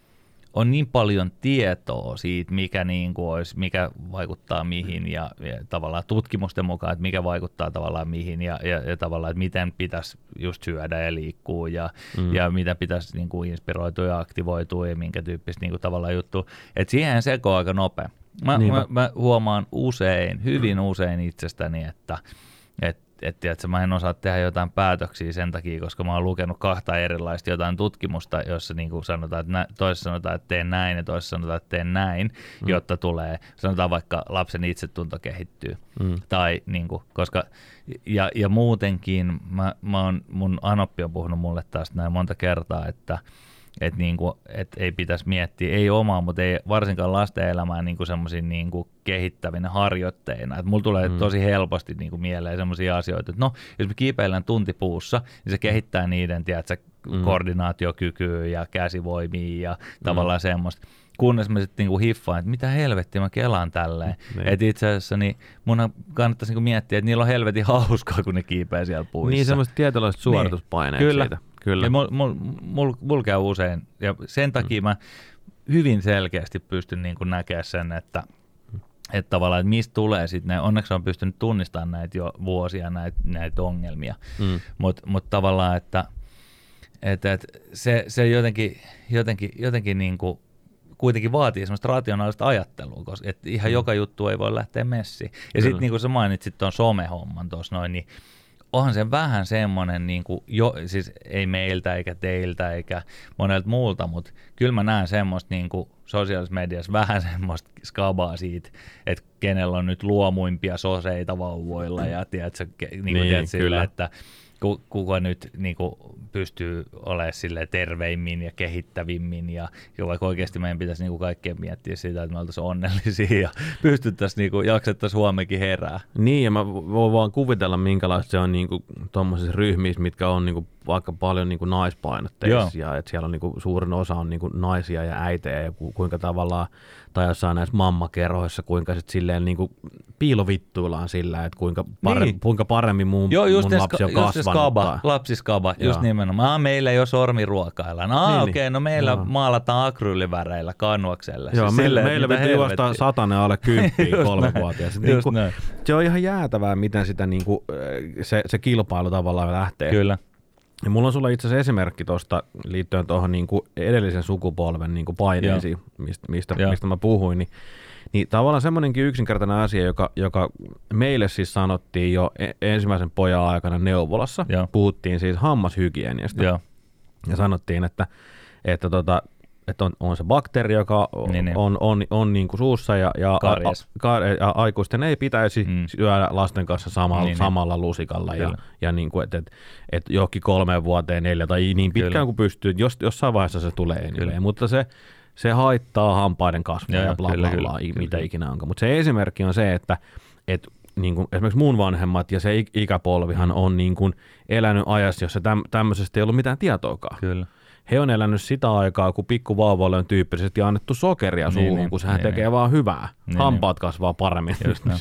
on niin paljon tietoa siitä, mikä, niin kuin olisi, mikä vaikuttaa mihin ja, ja tavallaan tutkimusten mukaan, että mikä vaikuttaa tavallaan mihin ja, ja, ja tavallaan, että miten pitäisi just syödä ja liikkua ja, mm. ja mitä pitäisi niin kuin inspiroitua ja aktivoitua ja minkä tyyppistä niin kuin tavallaan juttua. Että siihen sekoaa aika nopea. Mä, mä, mä huomaan usein, hyvin usein itsestäni, että et, että et, mä en osaa tehdä jotain päätöksiä sen takia, koska mä oon lukenut kahta erilaista jotain tutkimusta, jossa niin kuin sanotaan, että nä, toisessa sanotaan, että teen näin ja toisessa sanotaan, että teen näin, mm. jotta tulee, sanotaan vaikka lapsen itsetunto kehittyy. Mm. Tai niin kuin, koska, ja, ja muutenkin, mä, mä oon, mun anoppi on puhunut mulle tästä näin monta kertaa, että Että niinku, et ei pitäisi miettiä, ei omaa, mutta ei varsinkaan lasten elämää niinku semmoisiin niinku kehittävinä harjoitteina. Et mulla tulee mm. tosi helposti niinku mieleen semmoisia asioita, että no, jos me kiipeillään tunti puussa, niin se kehittää niiden, tiedätkö, mm. koordinaatiokykyä ja käsivoimia ja mm. tavallaan semmoista. Kunnes mä sitten niinku hiffaan, että mitä helvettiä mä kelaan tälleen. Mm. Että itse asiassa niin mun kannattaisi niinku miettiä, että niillä on helvetin hauskaa, kun ne kiipee siellä puissa. Niin, semmoiset tietynlaiset suorituspaineet niin. Kyllä. siitä. Kyllä. Ja mul, mul, mul, mul käy usein, ja sen takia mm. mä hyvin selkeästi pystyn niin kuin näkemään sen, että, että tavallaan, että mistä tulee sitten ne, onneksi on pystynyt tunnistamaan näitä jo vuosia, näitä, näitä ongelmia, mm. mutta mut tavallaan, että, että, että se, se jotenkin, jotenkin, jotenkin niin kuin kuitenkin vaatii semmoista rationaalista ajattelua, koska että ihan mm. joka juttu ei voi lähteä messiin. Ja sitten niin kuin sä mainitsit tuon somehomman tuossa noin, niin onhan se vähän semmoinen, niin kuin jo, siis ei meiltä eikä teiltä eikä monelta muulta, mutta kyllä mä näen semmoista niin kuin sosiaalisessa mediassa vähän semmoista skabaa siitä, että kenellä on nyt luomuimpia soseita vauvoilla ja tiedätkö, niin kuin niin, tiedät sille, että kuka nyt niin kuin pystyy olemaan sille terveimmin ja kehittävimmin ja, ja vaikka oikeasti meidän pitäisi niin kuin kaikkeen miettiä sitä, että me oltaisiin onnellisia ja pystyttäisiin, niin kuin, jaksettaisiin huomenkin herää. Niin ja mä voin vaan kuvitella minkälaista se on niin kuin tuommoisissa ryhmissä, mitkä on niin kuin vaikka paljon niin kuin naispainotteisia, että siellä on niin kuin, suurin osa on niin kuin naisia ja äitejä ja ku, kuinka tavallaan, tai jossain näissä mammakerhoissa, kuinka sitten silleen niin kuin piilovittuillaan sillä, että kuinka, pare, niin. kuinka paremmin mun, Joo, just mun lapsi on just kasvanut. Skaba, lapsiskaba, just Joo. nimenomaan. Aa, meillä jo sormiruokaillaan. Aa, niin, okei, okay, no meillä Joo. maalataan akryyliväreillä kannuaksella. Joo, siis meillä, meillä piti juosta satanen alle kymppiin kolmevuotiaassa. Niin se on ihan jäätävää, miten sitä niin kuin, se, se kilpailu tavallaan lähtee. Kyllä. Ja mulla on sulla itse asiassa esimerkki tuosta liittyen tuohon niin kuin edellisen sukupolven niin kuin paineisiin, mistä, mistä, mistä mä puhuin. Niin, niin tavallaan semmoinenkin yksinkertainen asia, joka, joka meille siis sanottiin jo ensimmäisen pojan aikana neuvolassa. Joo. Puhuttiin siis hammashygieniasta. Joo. Ja sanottiin, että, että tota, että on, on se bakteeri, joka niin, niin. on, on, on niin kuin suussa ja, ja, a, a, ja aikuisten ei pitäisi mm. syödä lasten kanssa samalla, niin, samalla niin. lusikalla ja, ja niin kuin, että et, et johonkin kolmeen vuoteen, neljä tai niin pitkään Kyllä. kuin pystyy. Jos, jossain vaiheessa se tulee edelleen, mutta se, se haittaa hampaiden kasvua ja, ja bla bla bla, bla mitä kyllä. ikinä onkaan. Mutta se esimerkki on se, että et, niin kuin esimerkiksi mun vanhemmat ja se ikäpolvihan mm. on niin kuin elänyt ajassa, jossa täm, tämmöisestä ei ollut mitään tietoakaan. Kyllä. He on elänyt sitä aikaa, kun pikkuvauvalle on tyyppisesti annettu sokeria suuhun, niin, kun sehän niin, tekee niin. vaan hyvää. Niin, Hampaat niin. kasvaa paremmin.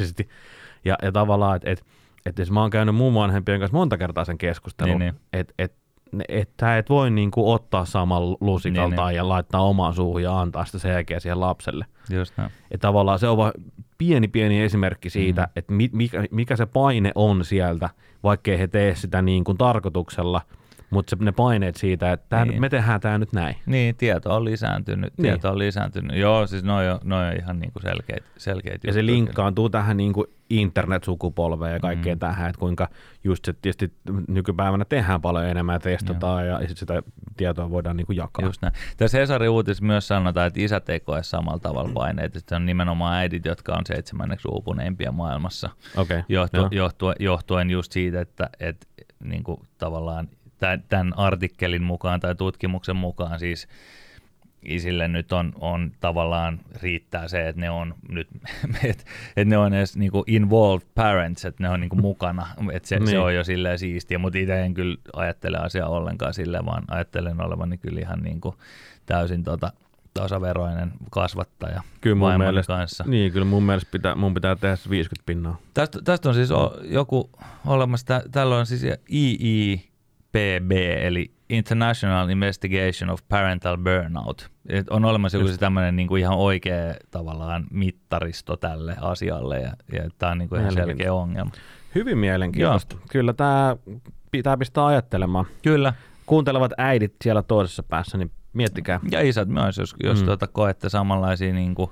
ja, ja tavallaan, että et, et, et mä oon käynyt muun vanhempien kanssa monta kertaa sen keskustelun, niin, niin. että et, et, et, et voi niinku ottaa saman lusikalta niin, ja niin. laittaa omaan suuhun ja antaa sitä sen jälkeen siihen lapselle. Että tavallaan se on vaan pieni pieni esimerkki siitä, mm-hmm. että mikä, mikä se paine on sieltä, vaikkei he tee sitä niin kuin tarkoituksella. Mutta ne paineet siitä, että niin. me tehdään tämä nyt näin. Niin, tieto on lisääntynyt. Niin. Tieto on lisääntynyt. Joo, siis noi on, noi on ihan niinku selkeitä, selkeitä ja se linkkaantuu tähän niinku internet-sukupolveen ja kaikkeen mm. tähän, että kuinka just se tietysti nykypäivänä tehdään paljon enemmän ja testataan ja, ja sit sitä tietoa voidaan niinku jakaa. Just näin. Tässä Hesarin uutisissa myös sanotaan, että isät ei koe samalla tavalla paineita. Se on nimenomaan äidit, jotka on seitsemänneksi uupuneimpia maailmassa. Okay. Johtu, johtuen, johtuen just siitä, että et, niinku, tavallaan tämän artikkelin mukaan tai tutkimuksen mukaan siis isille nyt on, on tavallaan riittää se, että ne on nyt, että, että ne on edes niin kuin involved parents, että ne on niin kuin mukana, että se, niin. se on jo silleen siistiä, mutta itse en kyllä ajattele asiaa ollenkaan silleen, vaan ajattelen olevani kyllä ihan niin kuin täysin tota, tasaveroinen kasvattaja vaimoni kanssa. Niin, kyllä mun mielestä pitää, mun pitää tehdä viisikymmentä pinnaa. Tästä, tästä on siis o, joku olemassa, tällä on siis I I P B, eli International Investigation of Parental Burnout. Et on olemassa joku tämmöinen niinku ihan oikea tavallaan mittaristo tälle asialle, ja, ja tämä on niinku ihan selkeä ongelma. Hyvin mielenkiintoista. Joo. Kyllä tämä pitää pistää ajattelemaan. Kyllä. Kuuntelevat äidit siellä toisessa päässä, niin miettikää. Ja isät myös, jos, jos mm. tuota, koette samanlaisia niinku,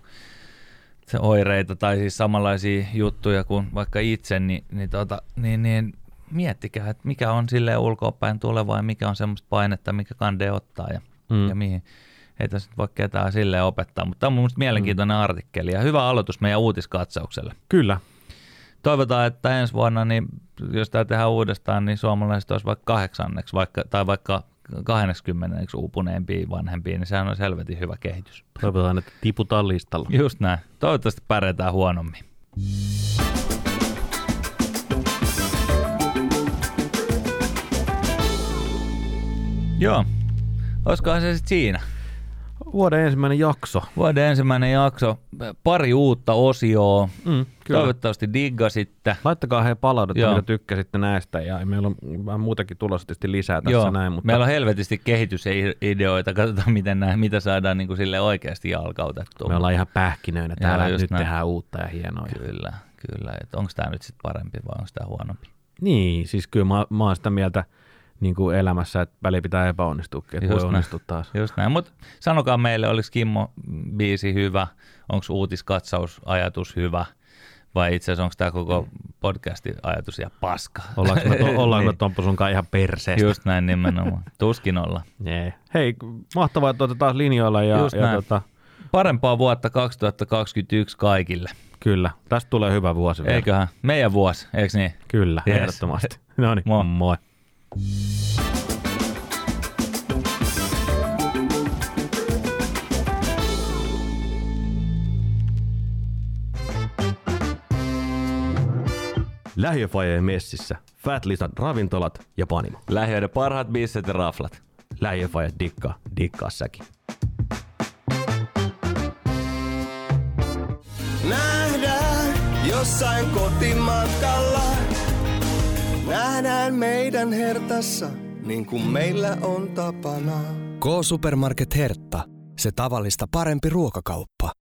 oireita tai siis samanlaisia juttuja kuin vaikka itse, niin, niin, tuota, niin, niin miettikää, että mikä on silleen ulkoapäin tuleva ja mikä on semmoista painetta, mikä kandee ottaa ja, mm. ja mihin. Ei tässä nyt voi ketään silleen opettaa, mutta tämä on mun mielestä mielenkiintoinen mm. artikkeli ja hyvä aloitus meidän uutiskatsaukselle. Kyllä. Toivotaan, että ensi vuonna, niin jos tämä tehdään uudestaan, niin suomalaiset olisi vaikka kahdeksanneksi vaikka, tai vaikka kahdeksankymmentäksi uupuneempia vanhempia, niin sehän on helvetin hyvä kehitys. Toivotaan, että tiputaan listalla. Just näin. Toivottavasti pärjätään huonommin. Joo. Olisikohan se sitten siinä? Vuoden ensimmäinen jakso. Vuoden ensimmäinen jakso. Pari uutta osioa. Mm, Toivottavasti diggasitte. Laittakaa he palautetta, mitä tykkäsitte näistä. Ja meillä on vähän muutakin tulossa tietysti lisää tässä Joo. näin. Mutta... Meillä on helvetisti kehitysideoita. Katsotaan, miten nämä, mitä saadaan niin kuin sille oikeasti jalkautettua. Me ollaan ihan pähkinöinä täällä. Nyt näin. Tehdään uutta ja hienoa. Kyllä, kyllä. Onko tämä nyt sitten parempi vai onko tämä huonompi? Niin, siis kyllä mä, mä oon sitä mieltä, niin kuin elämässä, että väli pitää epäonnistuukin, että voi onnistua taas. Just näin, mutta sanokaa meille, oliko Kimmo biisi hyvä, onko uutiskatsausajatus hyvä, vai itse asiassa onko tämä koko podcastin ajatus ja paska? Ollaanko me, to, ollaanko niin. Tomppu sunkaan ihan perseestä? Just näin nimenomaan, tuskin olla. Nee. Hei, mahtavaa, että olette taas linjoilla. Ja, ja tota... Parempaa vuotta kaksituhattakaksikymmentäyksi kaikille. Kyllä, tästä tulee hyvä vuosi vielä. Eiköhän, meidän vuosi, eikö niin? Kyllä, yes. Ehdottomasti. No niin, moi. moi. Lähiöfajeen messissä Fatlisat ravintolat ja Panimo. Lähiöiden parhaat bisset ja raflat. Lähiöfajat dikkaa, dikkaa säkin. Nähdään jossain kotimatkalla. Nähdään meidän Hertassa, niin kuin meillä on tapana. K-Supermarket Hertta. Se tavallista parempi ruokakauppa.